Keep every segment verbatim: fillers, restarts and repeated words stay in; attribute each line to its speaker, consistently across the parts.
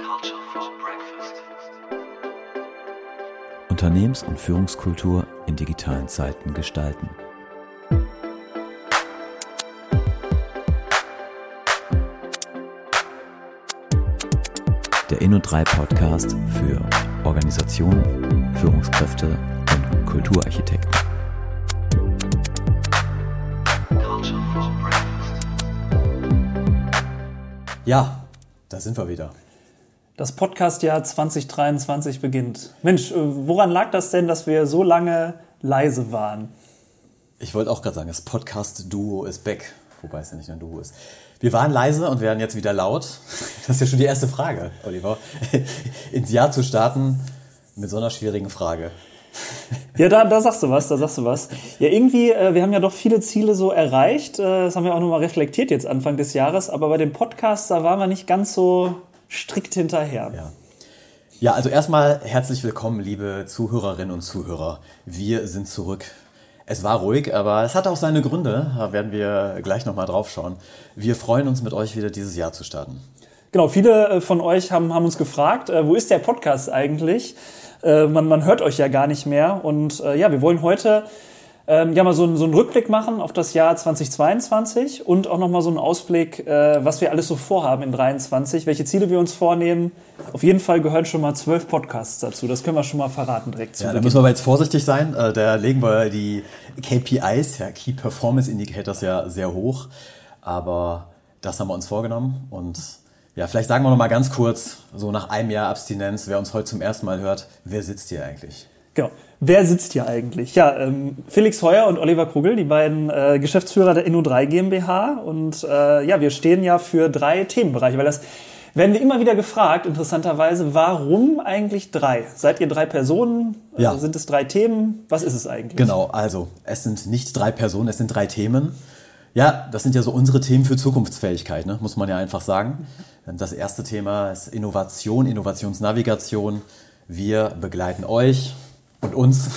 Speaker 1: Culture for Breakfast.
Speaker 2: Unternehmens- und Führungskultur in digitalen Zeiten gestalten. Der Inno drei Podcast für Organisationen, Führungskräfte und Kulturarchitekten.
Speaker 1: Culture for Breakfast.
Speaker 3: Ja, da sind wir wieder.
Speaker 4: Das Podcast-Jahr zwanzig dreiundzwanzig beginnt. Mensch, woran lag das denn, dass wir so lange leise waren?
Speaker 3: Ich wollte auch gerade sagen, das Podcast-Duo ist back. Wobei es ja nicht ein Duo ist. Wir waren leise und werden jetzt wieder laut. Das ist ja schon die erste Frage, Oliver. Ins Jahr zu starten mit so einer schwierigen Frage.
Speaker 4: Ja, da, da sagst du was, da sagst du was. Ja, irgendwie, äh, wir haben ja doch viele Ziele so erreicht. Äh, das haben wir auch nochmal reflektiert jetzt Anfang des Jahres. Aber bei dem Podcast, da waren wir nicht ganz so strikt hinterher.
Speaker 3: Ja. Ja, also erstmal herzlich willkommen, liebe Zuhörerinnen und Zuhörer. Wir sind zurück. Es war ruhig, aber es hat auch seine Gründe. Da werden wir gleich nochmal drauf schauen. Wir freuen uns, mit euch wieder dieses Jahr zu starten.
Speaker 4: Genau, viele von euch haben, haben uns gefragt, äh, wo ist der Podcast eigentlich? Äh, man, man hört euch ja gar nicht mehr. Und äh, ja, wir wollen heute ähm, ja mal so, einen- so einen Rückblick machen auf das Jahr zwanzig zweiundzwanzig und auch nochmal so einen Ausblick, äh, was wir alles so vorhaben in dreiundzwanzig, welche Ziele wir uns vornehmen. Auf jeden Fall gehören schon mal zwölf Podcasts dazu. Das können wir schon mal verraten direkt zu
Speaker 3: Ja, da
Speaker 4: Beginn.
Speaker 3: müssen wir aber jetzt vorsichtig sein. Äh, Da legen wir die K P Is, ja, Key Performance Indicators, ja sehr hoch. Aber das haben wir uns vorgenommen. Und ja, vielleicht sagen wir noch mal ganz kurz, so nach einem Jahr Abstinenz, wer uns heute zum ersten Mal hört, wer sitzt hier eigentlich?
Speaker 4: Genau. Wer sitzt hier eigentlich? Ja, ähm, Felix Heuer und Oliver Krugel, die beiden äh, Geschäftsführer der Inno drei GmbH. Und äh, ja, wir stehen ja für drei Themenbereiche, weil das werden wir immer wieder gefragt, interessanterweise, warum eigentlich drei? Seid ihr drei Personen?
Speaker 3: Ja.
Speaker 4: Äh, sind es drei Themen? Was ist es eigentlich?
Speaker 3: Genau, also es sind nicht drei Personen, es sind drei Themen. Ja, das sind ja so unsere Themen für Zukunftsfähigkeit, ne? Muss man ja einfach sagen. Das erste Thema ist Innovation, Innovationsnavigation. Wir begleiten euch und uns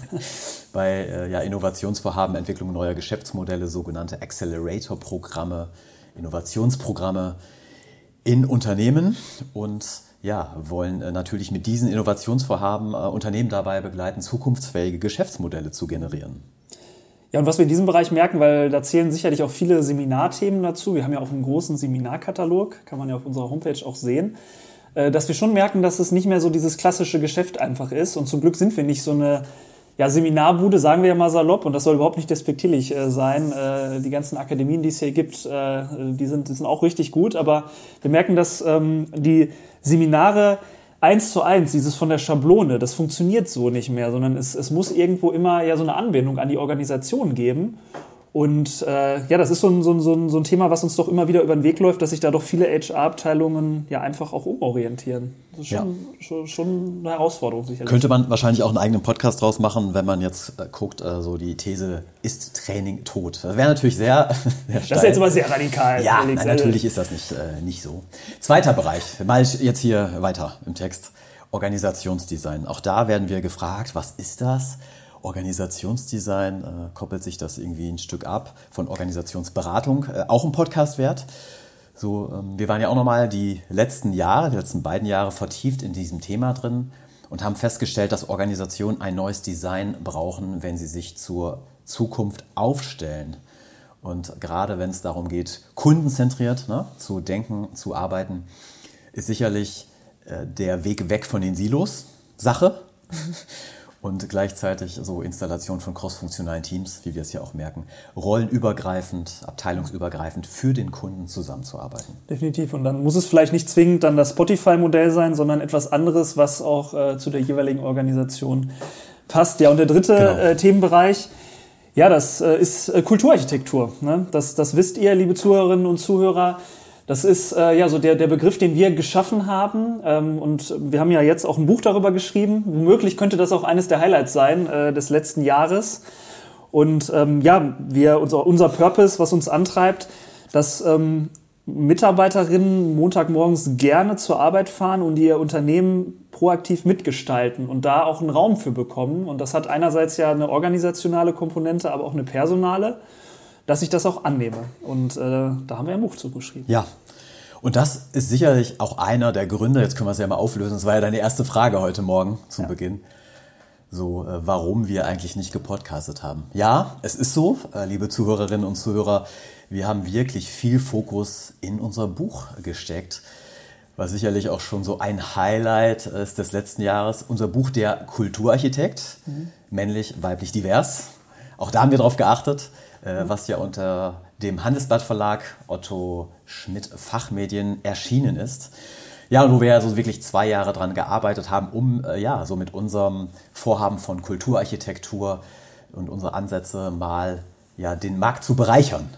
Speaker 3: bei äh, ja, Innovationsvorhaben, Entwicklung neuer Geschäftsmodelle, sogenannte Accelerator-Programme, Innovationsprogramme in Unternehmen und ja, wollen äh, natürlich mit diesen Innovationsvorhaben äh, Unternehmen dabei begleiten, zukunftsfähige Geschäftsmodelle zu generieren.
Speaker 4: Ja, und was wir in diesem Bereich merken, weil da zählen sicherlich auch viele Seminarthemen dazu. Wir haben ja auch einen großen Seminarkatalog, kann man ja auf unserer Homepage auch sehen, äh, dass wir schon merken, dass es nicht mehr so dieses klassische Geschäft einfach ist. Und zum Glück sind wir nicht so eine ja, Seminarbude, sagen wir ja mal salopp, und das soll überhaupt nicht despektierlich äh, sein. Äh, die ganzen Akademien, die es hier gibt, äh, die, sind, die sind auch richtig gut. Aber wir merken, dass ähm, die Seminare eins zu eins, dieses von der Schablone, das funktioniert so nicht mehr, sondern es, es muss irgendwo immer ja so eine Anbindung an die Organisation geben. Und äh, ja, das ist so ein, so, ein, so, ein, so ein Thema, was uns doch immer wieder über den Weg läuft, dass sich da doch viele H R-Abteilungen ja einfach auch umorientieren. Das ist schon, schon, schon eine Herausforderung sicherlich.
Speaker 3: Könnte man wahrscheinlich auch einen eigenen Podcast draus machen, wenn man jetzt äh, guckt, äh, so die These, ist Training tot? Das wäre natürlich sehr, sehr steil.
Speaker 4: Das ist jetzt aber sehr radikal.
Speaker 3: Ja,
Speaker 4: Felix.
Speaker 3: nein, natürlich ist das nicht, äh, nicht so. Zweiter Bereich, mal jetzt hier weiter im Text, Organisationsdesign. Auch da werden wir gefragt, was ist das? Organisationsdesign, äh, koppelt sich das irgendwie ein Stück ab von Organisationsberatung, äh, auch ein Podcast wert. So, ähm, wir waren ja auch nochmal die letzten Jahre, die letzten beiden Jahre vertieft in diesem Thema drin und haben festgestellt, dass Organisationen ein neues Design brauchen, wenn sie sich zur Zukunft aufstellen. Und gerade wenn es darum geht, kundenzentriert, ne, zu denken, zu arbeiten, ist sicherlich äh, der Weg weg von den Silos Sache. Und gleichzeitig so Installation von crossfunktionalen Teams, wie wir es ja auch merken, rollenübergreifend, abteilungsübergreifend für den Kunden zusammenzuarbeiten.
Speaker 4: Definitiv. Und dann muss es vielleicht nicht zwingend dann das Spotify-Modell sein, sondern etwas anderes, was auch äh, zu der jeweiligen Organisation passt. Ja, und der dritte
Speaker 3: Genau.
Speaker 4: äh, Themenbereich, ja, das äh, ist äh, Kulturarchitektur. Ne? Das, das wisst ihr, liebe Zuhörerinnen und Zuhörer. Das ist äh, ja so der, der Begriff, den wir geschaffen haben. Ähm, und wir haben ja jetzt auch ein Buch darüber geschrieben. Womöglich könnte das auch eines der Highlights sein äh, des letzten Jahres. Und ähm, ja, wir, unser, unser Purpose, was uns antreibt, dass ähm, Mitarbeiterinnen Montagmorgens gerne zur Arbeit fahren und ihr Unternehmen proaktiv mitgestalten und da auch einen Raum für bekommen. Und das hat einerseits ja eine organisationale Komponente, aber auch eine personale, dass ich das auch annehme. Und äh, da haben wir ein Buch zugeschrieben.
Speaker 3: Ja, Und das ist sicherlich auch einer der Gründe, jetzt können wir es ja mal auflösen, das war ja deine erste Frage heute Morgen zum ja. Beginn, so äh, warum wir eigentlich nicht gepodcastet haben. Ja, es ist so, äh, liebe Zuhörerinnen und Zuhörer, wir haben wirklich viel Fokus in unser Buch gesteckt, was sicherlich auch schon so ein Highlight ist des letzten Jahres. Unser Buch Der Kulturarchitekt, mhm. männlich, weiblich, divers. Auch da haben wir drauf geachtet, äh, mhm. was ja unter dem Handelsblatt Verlag Otto Schmidt Fachmedien erschienen ist. Ja, und wo wir ja so wirklich zwei Jahre dran gearbeitet haben, um äh, ja so mit unserem Vorhaben von Kulturarchitektur und unsere Ansätze mal ja den Markt zu bereichern.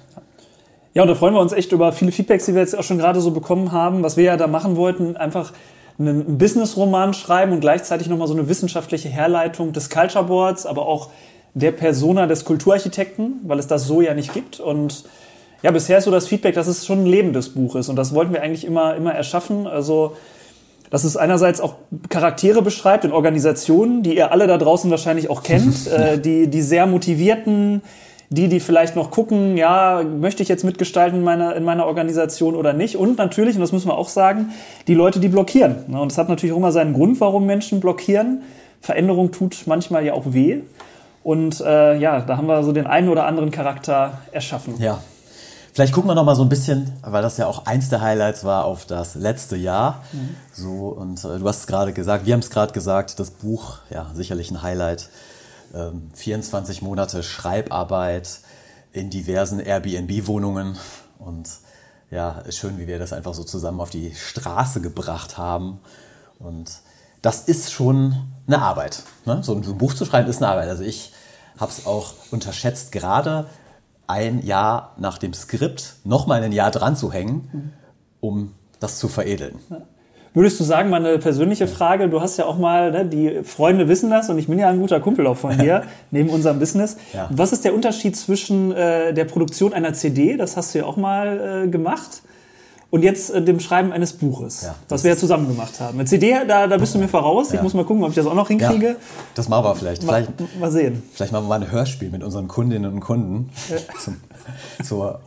Speaker 4: Ja, und da freuen wir uns echt über viele Feedbacks, die wir jetzt auch schon gerade so bekommen haben. Was wir ja da machen wollten, einfach einen Business-Roman schreiben und gleichzeitig nochmal so eine wissenschaftliche Herleitung des Culture Boards, aber auch der Persona des Kulturarchitekten, weil es das so ja nicht gibt. Und ja, bisher ist so das Feedback, dass es schon ein lebendes Buch ist. Und das wollten wir eigentlich immer, immer erschaffen. Also, dass es einerseits auch Charaktere beschreibt in Organisationen, die ihr alle da draußen wahrscheinlich auch kennt, äh, die, die sehr motivierten, die, die vielleicht noch gucken, ja, möchte ich jetzt mitgestalten in meiner, in meiner Organisation oder nicht. Und natürlich, und das müssen wir auch sagen, die Leute, die blockieren. Und es hat natürlich auch immer seinen Grund, warum Menschen blockieren. Veränderung tut manchmal ja auch weh. Und äh, ja, da haben wir so den einen oder anderen Charakter erschaffen.
Speaker 3: Ja, vielleicht gucken wir noch mal so ein bisschen, weil das ja auch eins der Highlights war, auf das letzte Jahr. Mhm. So, und äh, du hast es gerade gesagt, wir haben es gerade gesagt, das Buch, ja, sicherlich ein Highlight. Ähm, vierundzwanzig Monate Schreibarbeit in diversen Airbnb-Wohnungen. Und ja, ist schön, wie wir das einfach so zusammen auf die Straße gebracht haben. Und das ist schon eine Arbeit. Ne? So ein Buch zu schreiben ist eine Arbeit. Also ich habe es auch unterschätzt, gerade ein Jahr nach dem Skript nochmal ein Jahr dran zu hängen, um das zu veredeln.
Speaker 4: Ja. Würdest du sagen, mal eine persönliche Frage, du hast ja auch mal, ne, die Freunde wissen das und ich bin ja ein guter Kumpel auch von dir, neben unserem Business. Ja. Was ist der Unterschied zwischen äh, der Produktion einer C D, das hast du ja auch mal äh, gemacht, und jetzt äh, dem Schreiben eines Buches, ja, was wir ja zusammen gemacht haben. Eine C D, da, da bist du mir voraus. Ja. Ich muss mal gucken, ob ich das auch noch hinkriege. Ja,
Speaker 3: das machen wir vielleicht.
Speaker 4: Mal,
Speaker 3: vielleicht.
Speaker 4: Mal sehen.
Speaker 3: Vielleicht machen wir mal ein Hörspiel mit unseren Kundinnen und Kunden ja. zum, zur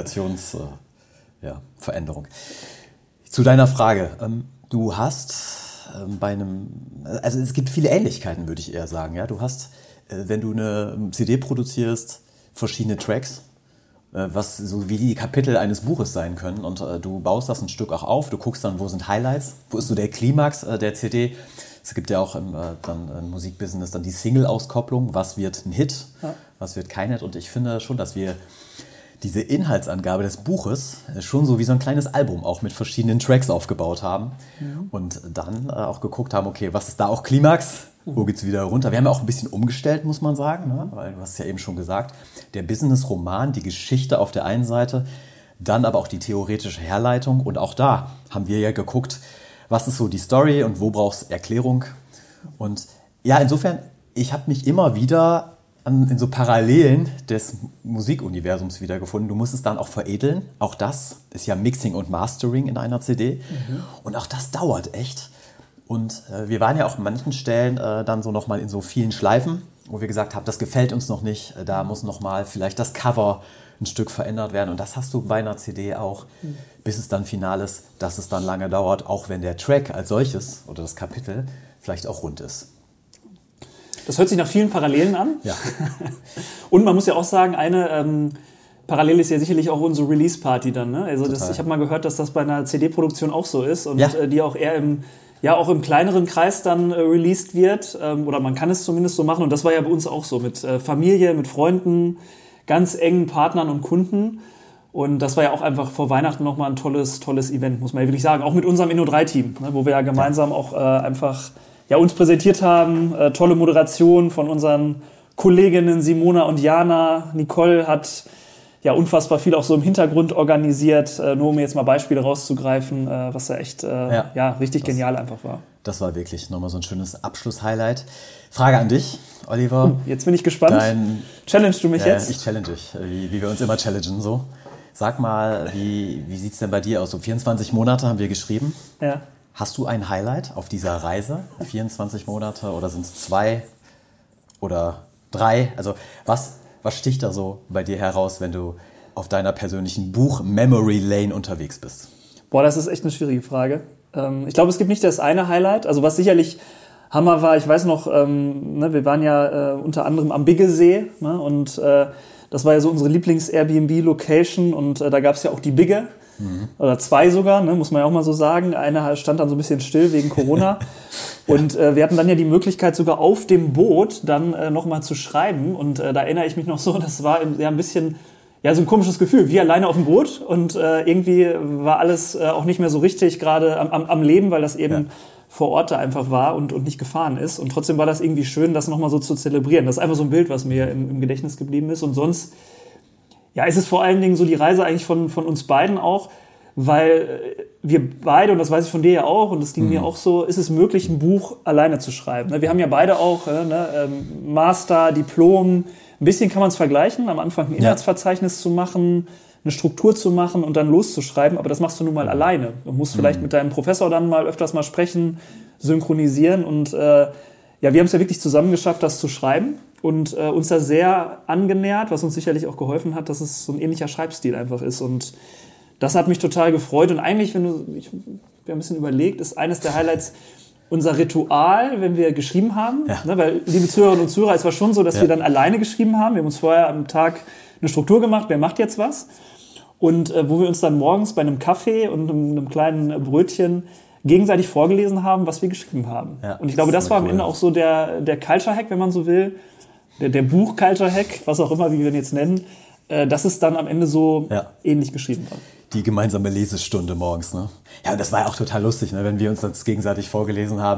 Speaker 3: Organisationsveränderung. Ja, Zu deiner Frage. Ähm, du hast ähm, bei einem, also es gibt viele Ähnlichkeiten, würde ich eher sagen. Ja, du hast, äh, wenn du eine C D produzierst, verschiedene Tracks, was so wie die Kapitel eines Buches sein können, und äh, du baust das ein Stück auch auf, du guckst dann, wo sind Highlights, wo ist so der Klimax äh, der C D. Es gibt ja auch im, äh, dann, im Musikbusiness dann die Single-Auskopplung, was wird ein Hit, ja. was wird kein Hit, und ich finde schon, dass wir diese Inhaltsangabe des Buches schon so wie so ein kleines Album auch mit verschiedenen Tracks aufgebaut haben mhm. und dann äh, auch geguckt haben, okay, was ist da auch Klimax? Wo geht's wieder runter? Wir haben ja auch ein bisschen umgestellt, muss man sagen, ne? Weil du hast es ja eben schon gesagt, der Business-Roman, die Geschichte auf der einen Seite, dann aber auch die theoretische Herleitung, und auch da haben wir ja geguckt, was ist so die Story und wo brauchst du Erklärung. Und ja, insofern, ich habe mich immer wieder an, in so Parallelen des Musikuniversums wiedergefunden. Du musst es dann auch veredeln. Auch das ist ja Mixing und Mastering in einer C D. Mhm. Und auch das dauert echt. Und äh, wir waren ja auch an manchen Stellen äh, dann so nochmal in so vielen Schleifen, wo wir gesagt haben, das gefällt uns noch nicht, äh, da muss nochmal vielleicht das Cover ein Stück verändert werden. Und das hast du bei einer C D auch, mhm. bis es dann final ist, dass es dann lange dauert, auch wenn der Track als solches oder das Kapitel vielleicht auch rund ist.
Speaker 4: Das hört sich nach vielen Parallelen an.
Speaker 3: Ja.
Speaker 4: Und man muss ja auch sagen, eine ähm, Parallel ist ja sicherlich auch unsere Release-Party dann. Ne? Also das, ich habe mal gehört, dass das bei einer C D-Produktion auch so ist und ja. äh, die auch eher im ja auch im kleineren Kreis dann äh, released wird, ähm, oder man kann es zumindest so machen, und das war ja bei uns auch so, mit äh, Familie, mit Freunden, ganz engen Partnern und Kunden, und das war ja auch einfach vor Weihnachten nochmal ein tolles, tolles Event, muss man ja wirklich sagen, auch mit unserem Inno drei Team, ne, wo wir ja gemeinsam ja. auch äh, einfach ja, uns präsentiert haben, äh, tolle Moderation von unseren Kolleginnen Simona und Jana. Nicole hat ja unfassbar viel auch so im Hintergrund organisiert, äh, nur um jetzt mal Beispiele rauszugreifen, äh, was da echt äh, ja. ja, richtig das, genial einfach war.
Speaker 3: Das war wirklich nochmal so ein schönes Abschluss-Highlight. Frage an dich, Oliver.
Speaker 4: Uh, jetzt bin ich gespannt.
Speaker 3: Dein,
Speaker 4: Challenge du mich
Speaker 3: äh,
Speaker 4: jetzt?
Speaker 3: Ich challenge dich, wie, wie wir uns immer challengen. So. Sag mal, wie, wie sieht es denn bei dir aus? So vierundzwanzig Monate haben wir geschrieben.
Speaker 4: Ja.
Speaker 3: Hast du ein Highlight auf dieser Reise? vierundzwanzig Monate oder sind es zwei oder drei? Also was... Was sticht da so bei dir heraus, wenn du auf deiner persönlichen Buch-Memory Lane unterwegs bist?
Speaker 4: Boah, das ist echt eine schwierige Frage. Ähm, ich glaube, es gibt nicht das eine Highlight. Also was sicherlich Hammer war, ich weiß noch, ähm, ne, wir waren ja äh, unter anderem am Biggesee, ne, und äh, das war ja so unsere Lieblings-Airbnb-Location und äh, da gab es ja auch die Bigge, mhm. oder zwei sogar, ne, muss man ja auch mal so sagen. Eine stand dann so ein bisschen still wegen Corona und äh, wir hatten dann ja die Möglichkeit, sogar auf dem Boot dann äh, nochmal zu schreiben und äh, da erinnere ich mich noch so, das war ja ein bisschen... Ja, so ein komisches Gefühl, wie alleine auf dem Boot und äh, irgendwie war alles äh, auch nicht mehr so richtig gerade am, am, am Leben, weil das eben ja. vor Ort da einfach war und, und nicht gefahren ist. Und trotzdem war das irgendwie schön, das nochmal so zu zelebrieren. Das ist einfach so ein Bild, was mir im, im Gedächtnis geblieben ist. Und sonst, ja, ist es vor allen Dingen so die Reise eigentlich von, von uns beiden auch, weil wir beide, und das weiß ich von dir ja auch, und das ging mhm. mir auch so, ist es möglich, ein Buch alleine zu schreiben. Wir haben ja beide auch äh, ne, Master, Diplom. Ein bisschen kann man es vergleichen, am Anfang ein Inhaltsverzeichnis ja. zu machen, eine Struktur zu machen und dann loszuschreiben, aber das machst du nun mal alleine. Du musst mhm. vielleicht mit deinem Professor dann mal öfters mal sprechen, synchronisieren und äh, ja, wir haben es ja wirklich zusammen geschafft, das zu schreiben und äh, uns da sehr angenähert, was uns sicherlich auch geholfen hat, dass es so ein ähnlicher Schreibstil einfach ist und das hat mich total gefreut und eigentlich, wenn du, ich, wir haben ein bisschen überlegt, ist eines der Highlights unser Ritual, wenn wir geschrieben haben, ja. ne, weil, liebe Zuhörerinnen und Zuhörer, es war schon so, dass ja. wir dann alleine geschrieben haben. Wir haben uns vorher am Tag eine Struktur gemacht, wer macht jetzt was? Und äh, wo wir uns dann morgens bei einem Kaffee und einem, einem kleinen Brötchen gegenseitig vorgelesen haben, was wir geschrieben haben. Ja, und ich glaube, das, das war cool. am Ende auch so der, der Culture-Hack, wenn man so will, der, der Buch-Culture-Hack, was auch immer, wie wir ihn jetzt nennen, äh, dass es dann am Ende so ja. ähnlich geschrieben war.
Speaker 3: Die gemeinsame Lesestunde morgens, ne? Ja, und das war ja auch total lustig, ne, wenn wir uns das gegenseitig vorgelesen haben.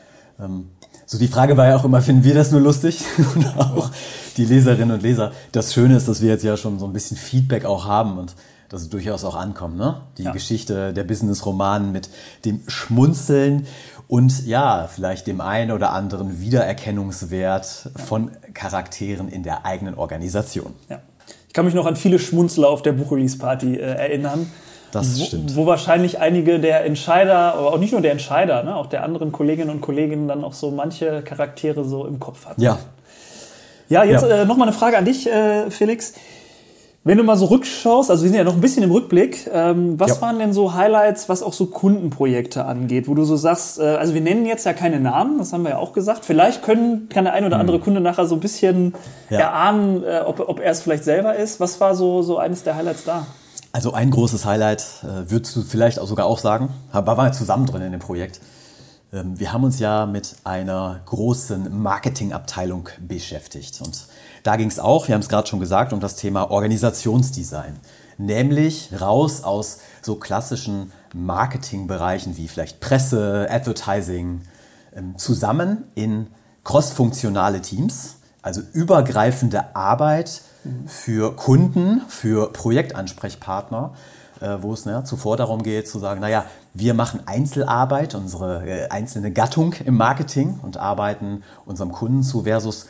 Speaker 3: Ähm, so die Frage war ja auch immer, finden wir das nur lustig? Und auch die Leserinnen und Leser. Das Schöne ist, dass wir jetzt ja schon so ein bisschen Feedback auch haben und dass es durchaus auch ankommt, ne? Die ja. Geschichte der Business-Romanen mit dem Schmunzeln und ja, vielleicht dem einen oder anderen Wiedererkennungswert ja. von Charakteren in der eigenen Organisation.
Speaker 4: Ja. Ich kann mich noch an viele Schmunzler auf der Buchrelease-Party äh, erinnern.
Speaker 3: Das
Speaker 4: wo,
Speaker 3: stimmt.
Speaker 4: Wo wahrscheinlich einige der Entscheider, aber auch nicht nur der Entscheider, ne, auch der anderen Kolleginnen und Kollegen dann auch so manche Charaktere so im Kopf hatten.
Speaker 3: Ja.
Speaker 4: Ja, jetzt
Speaker 3: ja.
Speaker 4: Äh, nochmal eine Frage an dich, äh, Felix. Wenn du mal so rückschaust, also wir sind ja noch ein bisschen im Rückblick, ähm, was ja. waren denn so Highlights, was auch so Kundenprojekte angeht, wo du so sagst, äh, also wir nennen jetzt ja keine Namen, das haben wir ja auch gesagt, vielleicht können, kann der ein oder andere Kunde nachher so ein bisschen ja. erahnen, äh, ob, ob er es vielleicht selber ist. Was war so, so eines der Highlights da?
Speaker 3: Also ein großes Highlight, äh, würdest du vielleicht auch sogar auch sagen, wir waren ja zusammen drin in dem Projekt. Ähm, wir haben uns ja mit einer großen Marketingabteilung beschäftigt und da ging es auch, wir haben es gerade schon gesagt, um das Thema Organisationsdesign. Nämlich raus aus so klassischen Marketingbereichen wie vielleicht Presse, Advertising, zusammen in crossfunktionale Teams, also übergreifende Arbeit für Kunden, für Projektansprechpartner, wo es ne, zuvor darum geht zu sagen, naja, wir machen Einzelarbeit, unsere äh, einzelne Gattung im Marketing und arbeiten unserem Kunden zu versus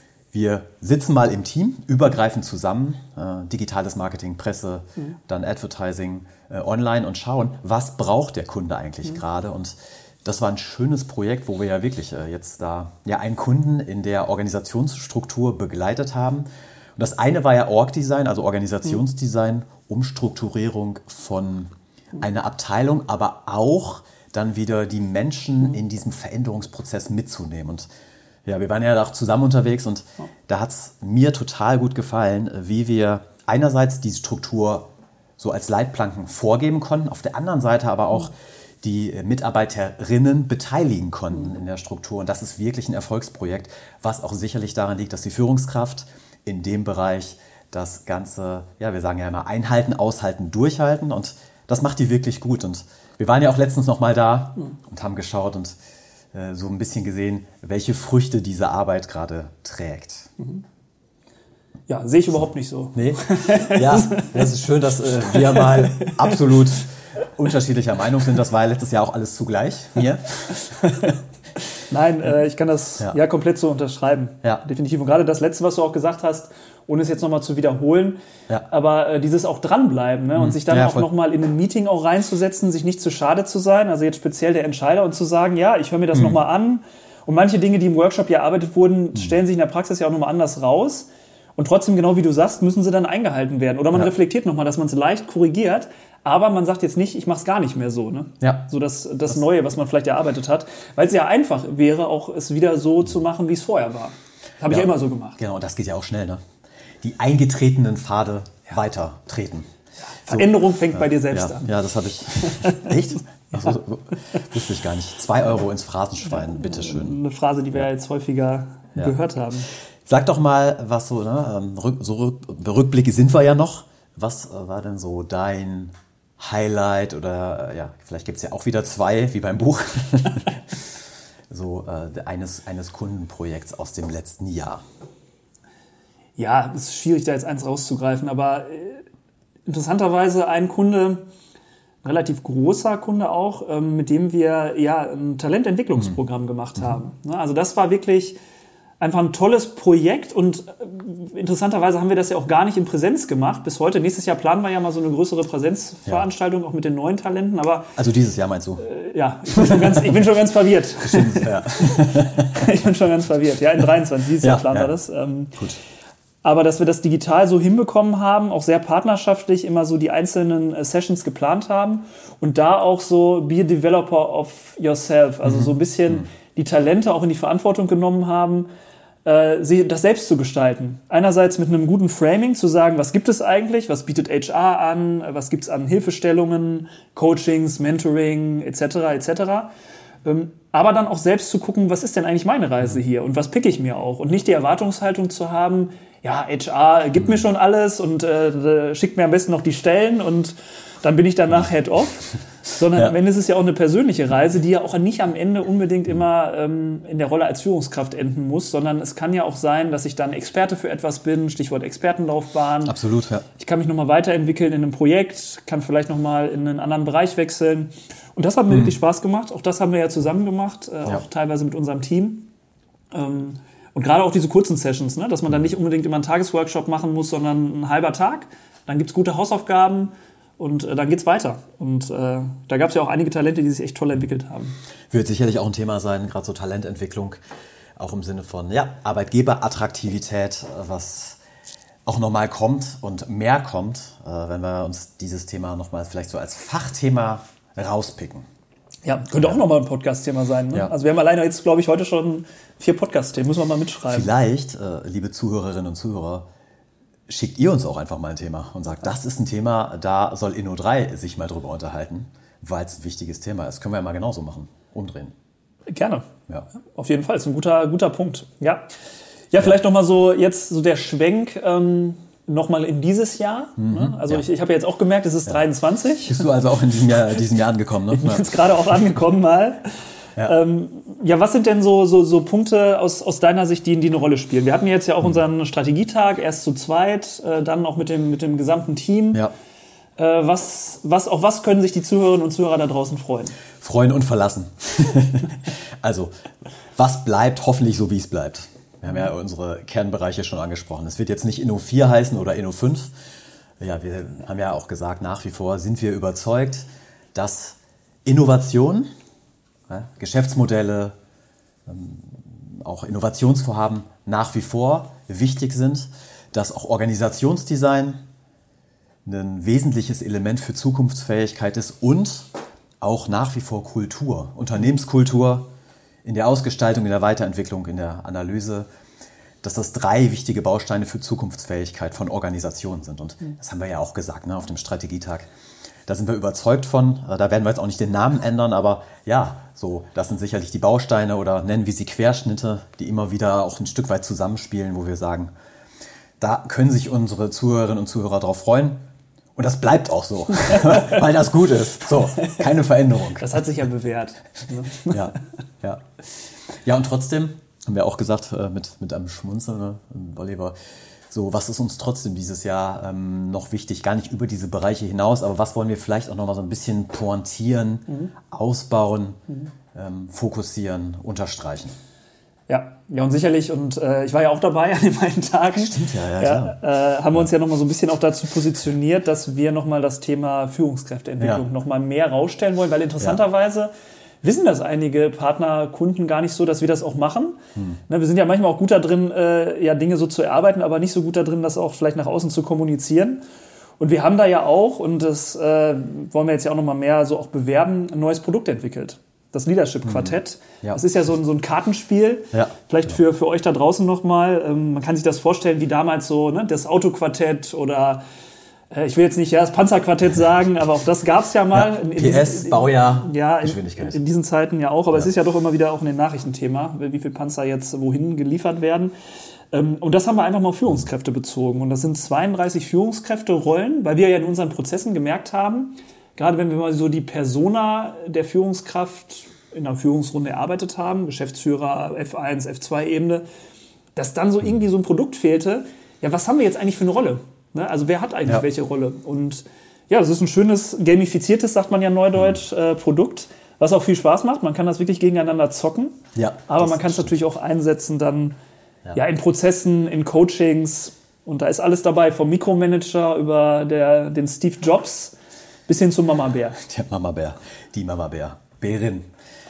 Speaker 3: wir sitzen mal im Team, übergreifend zusammen, äh, digitales Marketing, Presse, mhm. dann Advertising, äh, online und schauen, was braucht der Kunde eigentlich mhm. gerade. Und das war ein schönes Projekt, wo wir ja wirklich äh, jetzt da ja einen Kunden in der Organisationsstruktur begleitet haben. Und das eine war ja Org-Design, also Organisationsdesign, mhm. Umstrukturierung von einer Abteilung, aber auch dann wieder die Menschen mhm. in diesem Veränderungsprozess mitzunehmen. Und ja, wir waren ja auch zusammen unterwegs und da hat es mir total gut gefallen, wie wir einerseits die Struktur so als Leitplanken vorgeben konnten, auf der anderen Seite aber auch die Mitarbeiterinnen beteiligen konnten in der Struktur. Und das ist wirklich ein Erfolgsprojekt, was auch sicherlich daran liegt, dass die Führungskraft in dem Bereich das Ganze, ja, wir sagen ja immer, einhalten, aushalten, durchhalten und das macht die wirklich gut. Und wir waren ja auch letztens noch mal da und haben geschaut und so ein bisschen gesehen, welche Früchte diese Arbeit gerade trägt.
Speaker 4: Ja, sehe ich überhaupt nicht so.
Speaker 3: Nee? Ja, das ist schön, dass äh, wir mal absolut unterschiedlicher Meinung sind. Das war ja letztes Jahr auch alles zugleich. Mir.
Speaker 4: Nein, äh, ich kann das ja. ja komplett so unterschreiben.
Speaker 3: Ja.
Speaker 4: Definitiv. Und gerade das Letzte, was du auch gesagt hast, ohne es jetzt nochmal zu wiederholen,
Speaker 3: ja.
Speaker 4: aber äh, dieses auch dranbleiben ne? und
Speaker 3: mhm.
Speaker 4: sich dann
Speaker 3: ja,
Speaker 4: auch nochmal in ein Meeting auch reinzusetzen, sich nicht zu schade zu sein, also jetzt speziell der Entscheider und zu sagen, ja, ich höre mir das mhm. nochmal an und manche Dinge, die im Workshop ja erarbeitet wurden, mhm. stellen sich in der Praxis ja auch nochmal anders raus und trotzdem, genau wie du sagst, müssen sie dann eingehalten werden oder man ja. reflektiert nochmal, dass man es leicht korrigiert, Aber man sagt jetzt nicht, ich mache es gar nicht mehr so. Ne?
Speaker 3: Ja.
Speaker 4: So das, das, das Neue, was man vielleicht erarbeitet hat. Weil es ja einfach wäre, auch es wieder so zu machen, wie es vorher war. Habe ich ja immer so gemacht.
Speaker 3: Genau, das geht ja auch schnell. Ne? Die eingetretenen Pfade ja. weiter treten.
Speaker 4: Ja. Veränderung fängt
Speaker 3: so.
Speaker 4: bei dir selbst
Speaker 3: ja.
Speaker 4: an.
Speaker 3: Ja, das habe ich. Echt? Ach so, wusste ich gar nicht. Zwei Euro ins Phrasenschwein, ja, bitteschön.
Speaker 4: Eine Phrase, die wir ja. jetzt häufiger ja. gehört haben.
Speaker 3: Sag doch mal, was so, ne, so Rückblicke sind wir ja noch. Was war denn so dein Highlight oder ja, vielleicht gibt es ja auch wieder zwei, wie beim Buch, so äh, eines, eines Kundenprojekts aus dem letzten Jahr?
Speaker 4: Ja, es ist schwierig, da jetzt eins rauszugreifen, aber äh, interessanterweise ein Kunde, ein relativ großer Kunde auch, ähm, mit dem wir ja ein Talententwicklungsprogramm mhm. gemacht haben. Mhm. Also das war wirklich einfach ein tolles Projekt und äh, interessanterweise haben wir das ja auch gar nicht in Präsenz gemacht bis heute. Nächstes Jahr planen wir ja mal so eine größere Präsenzveranstaltung, ja. auch mit den neuen Talenten. Aber
Speaker 3: also dieses Jahr meinst du?
Speaker 4: Äh, ja, ich bin schon ganz, ich bin schon ganz verwirrt.
Speaker 3: Stimmt, ja.
Speaker 4: Ich bin schon ganz verwirrt. Ja, in dreiundzwanzig, dieses
Speaker 3: ja,
Speaker 4: Jahr planen
Speaker 3: ja.
Speaker 4: wir das. Ähm,
Speaker 3: Gut.
Speaker 4: Aber dass wir das digital so hinbekommen haben, auch sehr partnerschaftlich immer so die einzelnen äh, Sessions geplant haben und da auch so be a developer of yourself, also mhm. so ein bisschen mhm. die Talente auch in die Verantwortung genommen haben, äh, das selbst zu gestalten. Einerseits mit einem guten Framing zu sagen, was gibt es eigentlich, was bietet H R an, was gibt es an Hilfestellungen, Coachings, Mentoring et cetera et cetera. Ähm, aber dann auch selbst zu gucken, was ist denn eigentlich meine Reise hier und was picke ich mir auch und nicht die Erwartungshaltung zu haben, ja, H R gibt mir schon alles und äh, schickt mir am besten noch die Stellen und dann bin ich danach Head-Off. Sondern
Speaker 3: ja.
Speaker 4: am Ende ist es ja auch eine persönliche Reise, die ja auch nicht am Ende unbedingt immer ähm, in der Rolle als Führungskraft enden muss, sondern es kann ja auch sein, dass ich dann Experte für etwas bin, Stichwort Expertenlaufbahn.
Speaker 3: Absolut, ja. Ich
Speaker 4: kann mich nochmal weiterentwickeln in einem Projekt, kann vielleicht nochmal in einen anderen Bereich wechseln. Und das hat mir mhm. wirklich Spaß gemacht. Auch das haben wir ja zusammen gemacht, äh, ja. auch teilweise mit unserem Team. Ähm, Und gerade auch diese kurzen Sessions, ne? Dass man dann nicht unbedingt immer einen Tagesworkshop machen muss, sondern ein halber Tag. Dann gibt's gute Hausaufgaben und äh, dann geht's weiter. Und äh, da gab's ja auch einige Talente, die sich echt toll entwickelt haben.
Speaker 3: Wird sicherlich auch ein Thema sein, gerade so Talententwicklung, auch im Sinne von ja, Arbeitgeberattraktivität, was auch nochmal kommt und mehr kommt, äh, wenn wir uns dieses Thema nochmal vielleicht so als Fachthema rauspicken.
Speaker 4: Ja, könnte auch nochmal ein Podcast-Thema sein. Ne?
Speaker 3: Ja.
Speaker 4: Also wir haben alleine jetzt, glaube ich, heute schon vier Podcast-Themen. Müssen wir mal mitschreiben.
Speaker 3: Vielleicht, äh, liebe Zuhörerinnen und Zuhörer, schickt ihr uns auch einfach mal ein Thema und sagt, das ist ein Thema, da soll Inno drei sich mal drüber unterhalten, weil es ein wichtiges Thema ist. Können wir ja mal genauso machen, umdrehen.
Speaker 4: Gerne.
Speaker 3: Ja.
Speaker 4: Auf jeden Fall, ist ein guter, guter Punkt. Ja, ja vielleicht ja. nochmal so jetzt so der Schwenk ähm, nochmal in dieses Jahr. Mhm, ne? Also ja. ich, ich habe ja jetzt auch gemerkt, es ist ja. dreiundzwanzig.
Speaker 3: Bist du also auch in diesem Jahr, diesem Jahr angekommen? Ne?
Speaker 4: Ich bin jetzt gerade auch angekommen mal. Ja. Ähm, ja, was sind denn so, so, so Punkte aus, aus deiner Sicht, die, die eine Rolle spielen? Wir hatten jetzt ja auch unseren Strategietag, erst zu zweit, äh, dann auch mit dem, mit dem gesamten Team.
Speaker 3: Ja.
Speaker 4: Äh, was, was, auf was können sich die Zuhörerinnen und Zuhörer da draußen freuen?
Speaker 3: Freuen und verlassen. Also, was bleibt, hoffentlich so, wie es bleibt. Wir haben ja unsere Kernbereiche schon angesprochen. Es wird jetzt nicht Inno vier heißen oder Inno fünf. Ja, wir haben ja auch gesagt, nach wie vor sind wir überzeugt, dass Innovation, ja, Geschäftsmodelle, ähm, auch Innovationsvorhaben nach wie vor wichtig sind, dass auch Organisationsdesign ein wesentliches Element für Zukunftsfähigkeit ist und auch nach wie vor Kultur, Unternehmenskultur in der Ausgestaltung, in der Weiterentwicklung, in der Analyse, dass das drei wichtige Bausteine für Zukunftsfähigkeit von Organisationen sind. Und das haben wir ja auch gesagt, ne, auf dem Strategietag. Da sind wir überzeugt von, da werden wir jetzt auch nicht den Namen ändern, aber ja, so, das sind sicherlich die Bausteine oder nennen wir sie Querschnitte, die immer wieder auch ein Stück weit zusammenspielen, wo wir sagen, da können sich unsere Zuhörerinnen und Zuhörer drauf freuen. Und das bleibt auch so, weil das gut ist. So, keine Veränderung.
Speaker 4: Das hat sich ja bewährt.
Speaker 3: Ja, ja. Ja, und trotzdem haben wir auch gesagt, mit, mit einem Schmunzeln, ne, Oliver, so, was ist uns trotzdem dieses Jahr ähm, noch wichtig? Gar nicht über diese Bereiche hinaus, aber was wollen wir vielleicht auch noch mal so ein bisschen pointieren, mhm. ausbauen, mhm. ähm, fokussieren, unterstreichen?
Speaker 4: Ja, ja und sicherlich, und äh, ich war ja auch dabei an den beiden Tagen.
Speaker 3: Stimmt, ja, ja,
Speaker 4: ja klar. Äh, haben wir uns ja noch mal so ein bisschen auch dazu positioniert, dass wir noch mal das Thema Führungskräfteentwicklung
Speaker 3: ja.
Speaker 4: noch mal mehr rausstellen wollen, weil interessanterweise ja. wissen das einige Partner, Kunden gar nicht so, dass wir das auch machen. Hm. Ne, wir sind ja manchmal auch gut da drin, äh, ja, Dinge so zu erarbeiten, aber nicht so gut da drin, das auch vielleicht nach außen zu kommunizieren. Und wir haben da ja auch, und das äh, wollen wir jetzt ja auch nochmal mehr so auch bewerben, ein neues Produkt entwickelt. Das Leadership-Quartett.
Speaker 3: Mhm. Ja.
Speaker 4: Das ist ja so ein, so ein Kartenspiel.
Speaker 3: Ja.
Speaker 4: Vielleicht für, für euch da draußen nochmal. Ähm, man kann sich das vorstellen wie damals so, ne, das Autoquartett oder äh, ich will jetzt nicht ja, das Panzerquartett sagen, aber auch das gab es ja mal.
Speaker 3: Ja.
Speaker 4: In, in
Speaker 3: P S,
Speaker 4: diesen, in,
Speaker 3: Baujahr,
Speaker 4: ja, in,
Speaker 3: Geschwindigkeit.
Speaker 4: in diesen Zeiten ja auch. Aber
Speaker 3: Ja.
Speaker 4: es ist ja doch immer wieder auch in den Nachrichten Thema, wie viele Panzer jetzt wohin geliefert werden. Ähm, und das haben wir einfach mal auf Führungskräfte bezogen. Und das sind zweiunddreißig Führungskräfte-Rollen, weil wir ja in unseren Prozessen gemerkt haben, gerade wenn wir mal so die Persona der Führungskraft in einer Führungsrunde erarbeitet haben, Geschäftsführer, F eins, F zwei Ebene, dass dann so irgendwie so ein Produkt fehlte. Ja, was haben wir jetzt eigentlich für eine Rolle? Ne? Also wer hat eigentlich
Speaker 3: Ja.
Speaker 4: welche Rolle? Und ja, das ist ein schönes, gamifiziertes, sagt man ja neudeutsch, äh, Produkt, was auch viel Spaß macht. Man kann das wirklich gegeneinander zocken.
Speaker 3: Ja,
Speaker 4: aber
Speaker 3: das
Speaker 4: man kann es
Speaker 3: stimmt.
Speaker 4: natürlich auch einsetzen dann
Speaker 3: Ja.
Speaker 4: ja. in Prozessen, in Coachings. Und da ist alles dabei, vom Mikromanager über der, den Steve Jobs bis hin zum Mama-Bär.
Speaker 3: Der Mama-Bär, die Mama-Bär, Bärin.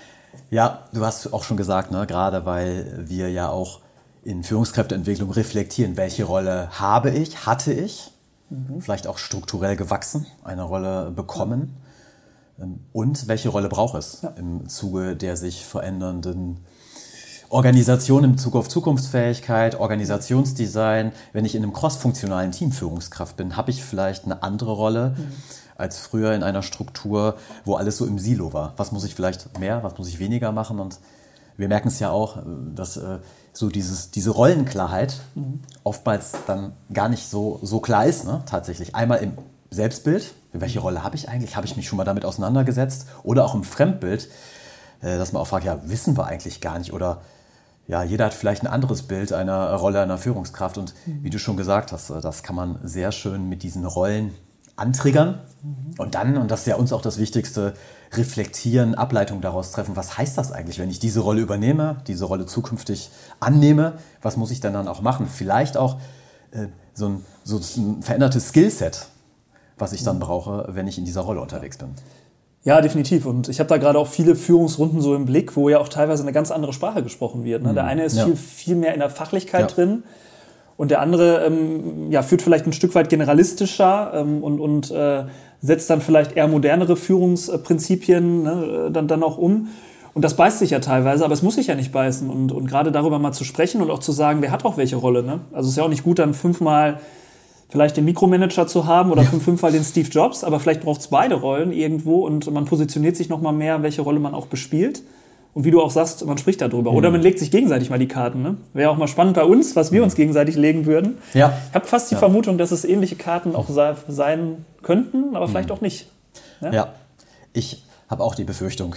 Speaker 3: Ja, du hast auch schon gesagt, ne, gerade weil wir ja auch in Führungskräfteentwicklung reflektieren, welche Rolle habe ich, hatte ich, mhm. vielleicht auch strukturell gewachsen, eine Rolle bekommen ähm, und welche Rolle braucht es
Speaker 4: Ja.
Speaker 3: im Zuge der sich verändernden Organisation in Bezug auf Zukunftsfähigkeit, Organisationsdesign. Wenn ich in einem crossfunktionalen Team Führungskraft bin, habe ich vielleicht eine andere Rolle mhm. als früher in einer Struktur, wo alles so im Silo war. Was muss ich vielleicht mehr, was muss ich weniger machen? Und wir merken es ja auch, dass äh, so dieses, diese Rollenklarheit mhm. oftmals dann gar nicht so, so klar ist, ne? Tatsächlich. Einmal im Selbstbild, welche Rolle habe ich eigentlich? Habe ich mich schon mal damit auseinandergesetzt? Oder auch im Fremdbild, äh, dass man auch fragt, ja, wissen wir eigentlich gar nicht? Oder ja, jeder hat vielleicht ein anderes Bild einer Rolle einer Führungskraft. Und mhm. wie du schon gesagt hast, das kann man sehr schön mit diesen Rollen antriggern mhm. und dann, und das ist ja uns auch das Wichtigste, reflektieren, Ableitungen daraus treffen. Was heißt das eigentlich, wenn ich diese Rolle übernehme, diese Rolle zukünftig annehme? Was muss ich denn dann auch machen? Vielleicht auch äh, so, ein, so ein verändertes Skillset, was ich dann mhm. brauche, wenn ich in dieser Rolle unterwegs bin.
Speaker 4: Ja, definitiv. Und ich habe da gerade auch viele Führungsrunden so im Blick, wo ja auch teilweise eine ganz andere Sprache gesprochen wird. Ne? Der eine ist
Speaker 3: ja.
Speaker 4: viel, viel mehr in der Fachlichkeit
Speaker 3: ja.
Speaker 4: drin. Und der andere ähm, ja, führt vielleicht ein Stück weit generalistischer ähm, und, und äh, setzt dann vielleicht eher modernere Führungsprinzipien ne, dann, dann auch um. Und das beißt sich ja teilweise, aber es muss sich ja nicht beißen. Und, und gerade darüber mal zu sprechen und auch zu sagen, wer hat auch welche Rolle. Ne? Also es ist ja auch nicht gut, dann fünfmal vielleicht den Mikromanager zu haben oder ja. fünfmal den Steve Jobs, aber vielleicht braucht es beide Rollen irgendwo und man positioniert sich nochmal mehr, welche Rolle man auch bespielt. Und wie du auch sagst, man spricht darüber. Oder man legt sich gegenseitig mal die Karten. Ne? Wäre auch mal spannend bei uns, was wir uns gegenseitig legen würden.
Speaker 3: Ja.
Speaker 4: Ich habe fast die
Speaker 3: ja.
Speaker 4: Vermutung, dass es ähnliche Karten auch sein könnten, aber vielleicht auch nicht.
Speaker 3: Ja, ja. Ich habe auch die Befürchtung.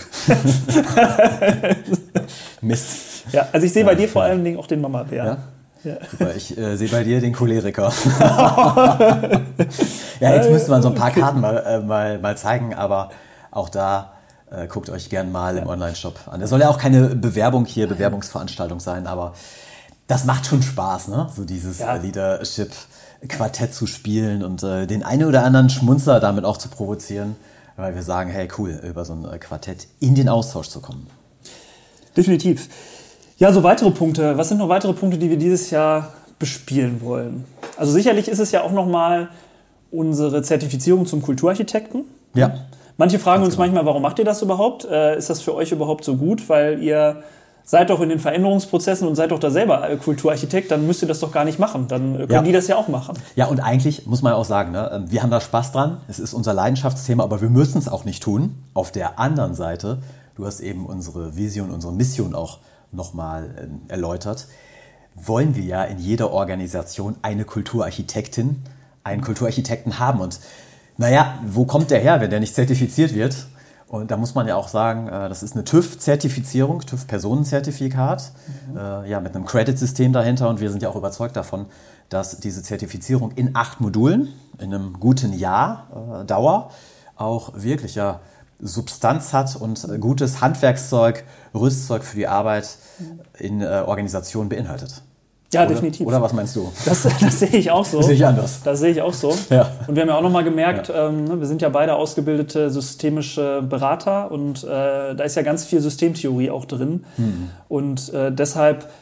Speaker 3: Mist.
Speaker 4: Ja, also ich sehe bei dir vor allen Dingen auch den Mama-Bär.
Speaker 3: Ja?
Speaker 4: Ja.
Speaker 3: Super, ich äh, sehe bei dir den Choleriker. Ja, jetzt müsste man so ein paar Karten mal, äh, mal, mal zeigen, aber auch da äh, guckt euch gern mal im Online-Shop an. Es soll ja auch keine Bewerbung hier, Bewerbungsveranstaltung sein, aber das macht schon Spaß, ne? So dieses
Speaker 4: Ja.
Speaker 3: äh, Leadership-Quartett zu spielen und äh, den einen oder anderen Schmunzler damit auch zu provozieren, weil wir sagen, hey cool, über so ein äh, Quartett in den Austausch zu kommen.
Speaker 4: Definitiv. Ja, so weitere Punkte. Was sind noch weitere Punkte, die wir dieses Jahr bespielen wollen? Also sicherlich ist es ja auch nochmal unsere Zertifizierung zum Kulturarchitekten.
Speaker 3: Ja.
Speaker 4: Manche fragen
Speaker 3: Ganz
Speaker 4: uns
Speaker 3: genau.
Speaker 4: manchmal, warum macht ihr das überhaupt? Äh, ist das für euch überhaupt so gut? Weil ihr seid doch in den Veränderungsprozessen und seid doch da selber Kulturarchitekt, dann müsst ihr das doch gar nicht machen. Dann können
Speaker 3: Ja.
Speaker 4: die das ja auch machen.
Speaker 3: Ja, und eigentlich muss man auch sagen, ne, wir haben da Spaß dran. Es ist unser Leidenschaftsthema, aber wir müssen es auch nicht tun. Auf der anderen Seite, du hast eben unsere Vision, unsere Mission auch nochmal äh, erläutert, wollen wir ja in jeder Organisation eine Kulturarchitektin, einen Kulturarchitekten haben. Und naja, wo kommt der her, wenn der nicht zertifiziert wird? Und da muss man ja auch sagen, äh, das ist eine TÜV-Zertifizierung, TÜV-Personenzertifikat, mhm. äh, ja, mit einem Credit-System dahinter. Und wir sind ja auch überzeugt davon, dass diese Zertifizierung in acht Modulen, in einem guten Jahr äh, Dauer, auch wirklich ja Substanz hat und äh, gutes Handwerkszeug, Rüstzeug für die Arbeit in äh, Organisationen beinhaltet.
Speaker 4: Ja,
Speaker 3: Oder?
Speaker 4: definitiv.
Speaker 3: Oder was meinst du?
Speaker 4: Das, das sehe ich auch so.
Speaker 3: Das sehe ich anders.
Speaker 4: Das sehe ich auch so.
Speaker 3: Ja.
Speaker 4: Und wir haben ja auch nochmal gemerkt,
Speaker 3: Ja.
Speaker 4: ähm, wir sind ja beide ausgebildete systemische Berater und äh, da ist ja ganz viel Systemtheorie auch drin. Mhm. Und äh, deshalb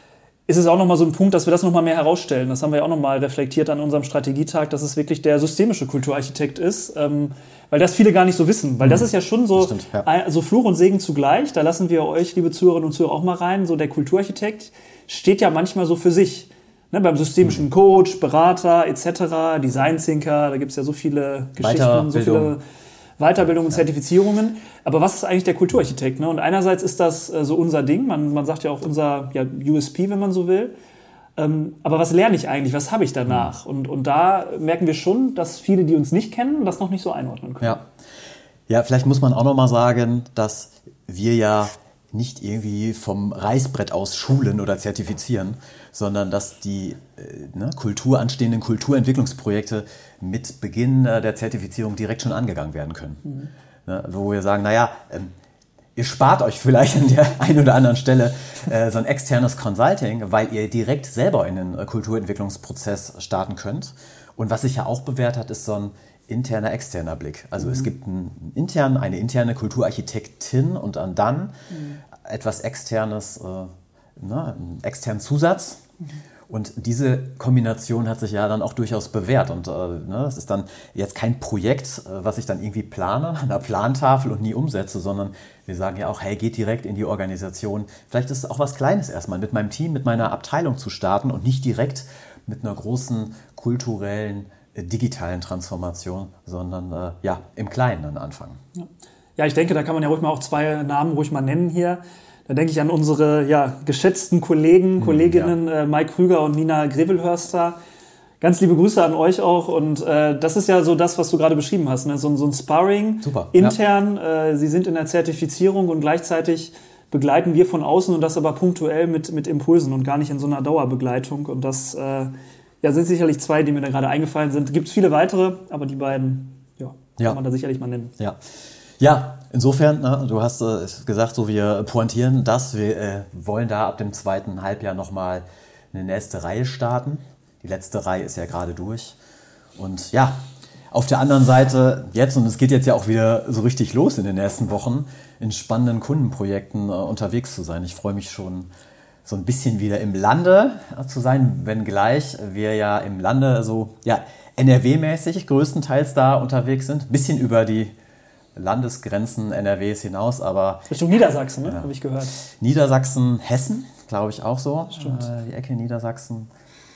Speaker 4: ist es auch nochmal so ein Punkt, dass wir das nochmal mehr herausstellen. Das haben wir ja auch nochmal reflektiert an unserem Strategietag, dass es wirklich der systemische Kulturarchitekt ist, ähm, weil das viele gar nicht so wissen. Weil das ist ja schon so,
Speaker 3: Stimmt, ja.
Speaker 4: so Fluch und Segen zugleich. Da lassen wir euch, liebe Zuhörerinnen und Zuhörer, auch mal rein. So der Kulturarchitekt steht ja manchmal so für sich. Ne, beim systemischen
Speaker 3: Mhm.
Speaker 4: Coach, Berater et cetera, Design Thinker, da gibt es ja so viele Geschichten, so viele Weiterbildungen und Zertifizierungen. Aber was ist eigentlich der Kulturarchitekt? Ne? Und einerseits ist das äh, so unser Ding, man, man sagt ja auch unser ja, U S P, wenn man so will. Ähm, aber was lerne ich eigentlich? Was habe ich danach? Und, und da merken wir schon, dass viele, die uns nicht kennen, das noch nicht so einordnen können.
Speaker 3: Ja, ja, vielleicht muss man auch noch mal sagen, dass wir ja nicht irgendwie vom Reißbrett aus schulen oder zertifizieren, sondern dass die äh, ne, Kultur anstehenden Kulturentwicklungsprojekte mit Beginn äh, der Zertifizierung direkt schon angegangen werden können. Mhm. Ne, wo wir sagen, naja, ähm, ihr spart euch vielleicht an der einen oder anderen Stelle äh, so ein externes Consulting, weil ihr direkt selber in den äh, Kulturentwicklungsprozess starten könnt. Und was sich ja auch bewährt hat, ist so ein interner, externer Blick. Also mhm. es gibt einen internen, eine interne Kulturarchitektin und dann mhm. etwas Externes, äh, ne, einen externen Zusatz. Mhm. Und diese Kombination hat sich ja dann auch durchaus bewährt. Und äh, ne, das ist dann jetzt kein Projekt, äh, was ich dann irgendwie plane, an der Plantafel und nie umsetze, sondern wir sagen ja auch, hey, geht direkt in die Organisation. Vielleicht ist es auch was Kleines erstmal, mit meinem Team, mit meiner Abteilung zu starten und nicht direkt mit einer großen kulturellen, äh, digitalen Transformation, sondern äh, ja, im Kleinen dann anfangen.
Speaker 4: Ja. ja, ich denke, da kann man ja ruhig mal auch zwei Namen ruhig mal nennen hier. Da denke ich an unsere ja, geschätzten Kollegen, Kolleginnen ja. äh, Mike Krüger und Nina Grevelhörster. Ganz liebe Grüße an euch auch. Und äh, das ist ja so das, was du gerade beschrieben hast. Ne? So, so ein Sparring
Speaker 3: Super,
Speaker 4: intern. Ja. Äh, sie sind in der Zertifizierung und gleichzeitig begleiten wir von außen und das aber punktuell mit, mit Impulsen und gar nicht in so einer Dauerbegleitung. Und das äh, ja, sind sicherlich zwei, die mir da gerade eingefallen sind. Gibt es viele weitere, aber die beiden ja,
Speaker 3: ja.
Speaker 4: kann man da sicherlich mal nennen.
Speaker 3: Ja. Ja, insofern, na, du hast äh, gesagt, so wir pointieren das, wir äh, wollen da ab dem zweiten Halbjahr nochmal eine nächste Reihe starten. Die letzte Reihe ist ja gerade durch. Und ja, auf der anderen Seite jetzt, und es geht jetzt ja auch wieder so richtig los in den nächsten Wochen, in spannenden Kundenprojekten äh, unterwegs zu sein. Ich freue mich schon so ein bisschen wieder im Lande äh, zu sein, wenngleich wir ja im Lande so ja N R W-mäßig größtenteils da unterwegs sind. Ein bisschen über die Landesgrenzen N R Ws hinaus, aber...
Speaker 4: Richtung Niedersachsen, ne?
Speaker 3: Ja.
Speaker 4: Habe ich gehört.
Speaker 3: Niedersachsen, Hessen, glaube ich auch so.
Speaker 4: Stimmt.
Speaker 3: Äh, die Ecke Niedersachsen.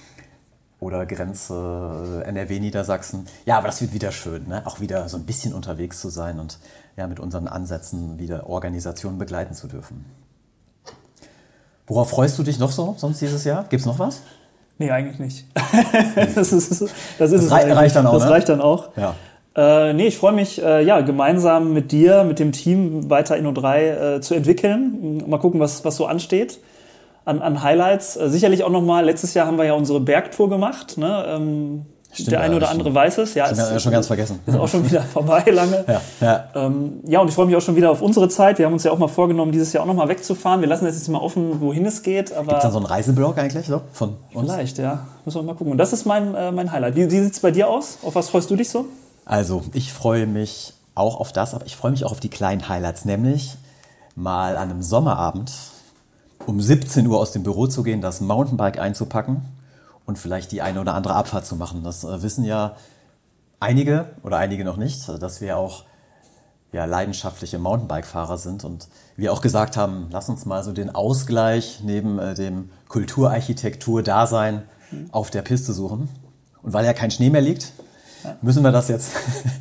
Speaker 3: Oder Grenze äh, N R W, Niedersachsen. Ja, aber das wird wieder schön, ne? Auch wieder so ein bisschen unterwegs zu sein und ja, mit unseren Ansätzen wieder Organisationen begleiten zu dürfen. Worauf freust du dich noch so sonst dieses Jahr? Gibt's noch was?
Speaker 4: Nee, eigentlich nicht. das ist, das ist
Speaker 3: das
Speaker 4: es
Speaker 3: rei- reicht dann auch,
Speaker 4: Das
Speaker 3: ne?
Speaker 4: reicht dann auch.
Speaker 3: Ja.
Speaker 4: Äh, nee, ich freue mich, äh, ja, gemeinsam mit dir, mit dem Team weiter Inno drei äh, zu entwickeln. Mal gucken, was, was so ansteht an, an Highlights. Äh, sicherlich auch nochmal, letztes Jahr haben wir ja unsere Bergtour gemacht. Ne? Ähm,
Speaker 3: Stimmt,
Speaker 4: der eine
Speaker 3: ja,
Speaker 4: oder
Speaker 3: stimmt.
Speaker 4: andere weiß es. Ja,
Speaker 3: Schon,
Speaker 4: ist,
Speaker 3: ja, schon ganz vergessen.
Speaker 4: Ist auch schon wieder vorbei lange.
Speaker 3: Ja, ja.
Speaker 4: Ähm, ja, und ich freue mich auch schon wieder auf unsere Zeit. Wir haben uns ja auch mal vorgenommen, dieses Jahr auch noch mal wegzufahren. Wir lassen jetzt mal offen, wohin es geht. Aber
Speaker 3: Gibt's dann so einen Reiseblog eigentlich so von uns?
Speaker 4: vielleicht, ja. Müssen wir mal gucken. Und das ist mein, äh, mein Highlight. Wie, wie sieht es bei dir aus? Auf was freust du dich so?
Speaker 3: Also, ich freue mich auch auf das, aber ich freue mich auch auf die kleinen Highlights, nämlich mal an einem Sommerabend um siebzehn Uhr aus dem Büro zu gehen, das Mountainbike einzupacken und vielleicht die eine oder andere Abfahrt zu machen. Das äh, wissen ja einige oder einige noch nicht, dass wir auch ja, leidenschaftliche Mountainbike-Fahrer sind und wir auch gesagt haben, lass uns mal so den Ausgleich neben äh, dem Kulturarchitektur-Dasein auf der Piste suchen. Und weil ja kein Schnee mehr liegt, müssen wir das jetzt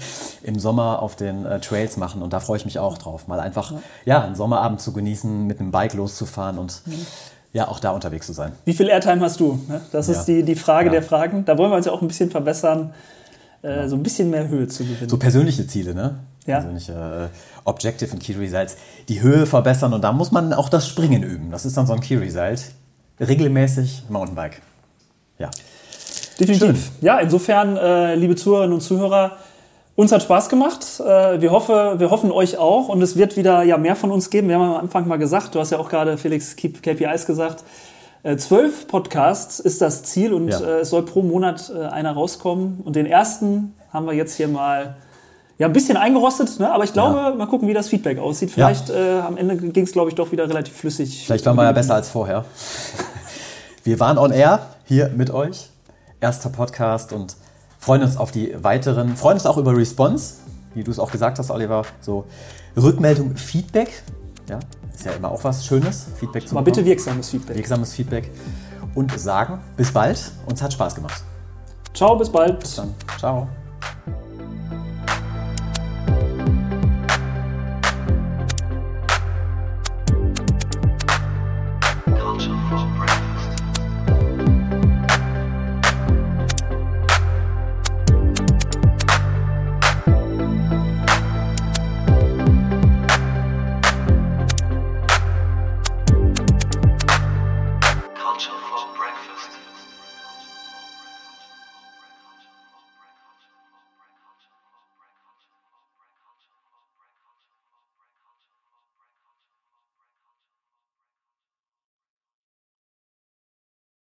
Speaker 3: im Sommer auf den äh, Trails machen. Und da freue ich mich auch drauf, mal einfach ja. ja, einen Sommerabend zu genießen, mit einem Bike loszufahren und mhm. ja, auch da unterwegs zu sein.
Speaker 4: Wie viel Airtime hast du? Das ist ja. die, die Frage ja. der Fragen. Da wollen wir uns ja auch ein bisschen verbessern, äh, ja. so ein bisschen mehr Höhe zu gewinnen.
Speaker 3: So persönliche Ziele, ne?
Speaker 4: Ja.
Speaker 3: Persönliche äh, Objective und Key Results. Die Höhe verbessern und da muss man auch das Springen üben. Das ist dann so ein Key Result. Regelmäßig Mountainbike. Ja.
Speaker 4: Definitiv.
Speaker 3: Schön.
Speaker 4: Ja, insofern, äh, liebe Zuhörerinnen und Zuhörer, uns hat Spaß gemacht. Äh, wir, hoffe, wir hoffen euch auch und es wird wieder ja, mehr von uns geben. Wir haben am Anfang mal gesagt, du hast ja auch gerade, Felix, K P Is gesagt, äh, zwölf Podcasts ist das Ziel und ja. äh, es soll pro Monat äh, einer rauskommen. Und den ersten haben wir jetzt hier mal ja, ein bisschen eingerostet, ne? Aber ich glaube, ja. mal gucken, wie das Feedback aussieht. Vielleicht ja. äh, am Ende ging es, glaube ich, doch wieder relativ flüssig.
Speaker 3: Vielleicht waren wir ja besser als vorher. Wir waren on air hier mit euch. Erster Podcast und freuen uns auf die weiteren. Freuen uns auch über Response, wie du es auch gesagt hast, Oliver. So Rückmeldung, Feedback. Ja, ist ja immer auch was Schönes. Feedback zu
Speaker 4: Mal bitte wirksames Feedback.
Speaker 3: Wirksames Feedback. Und sagen, bis bald. Uns hat Spaß gemacht.
Speaker 4: Ciao, bis bald.
Speaker 3: Bis dann. Ciao.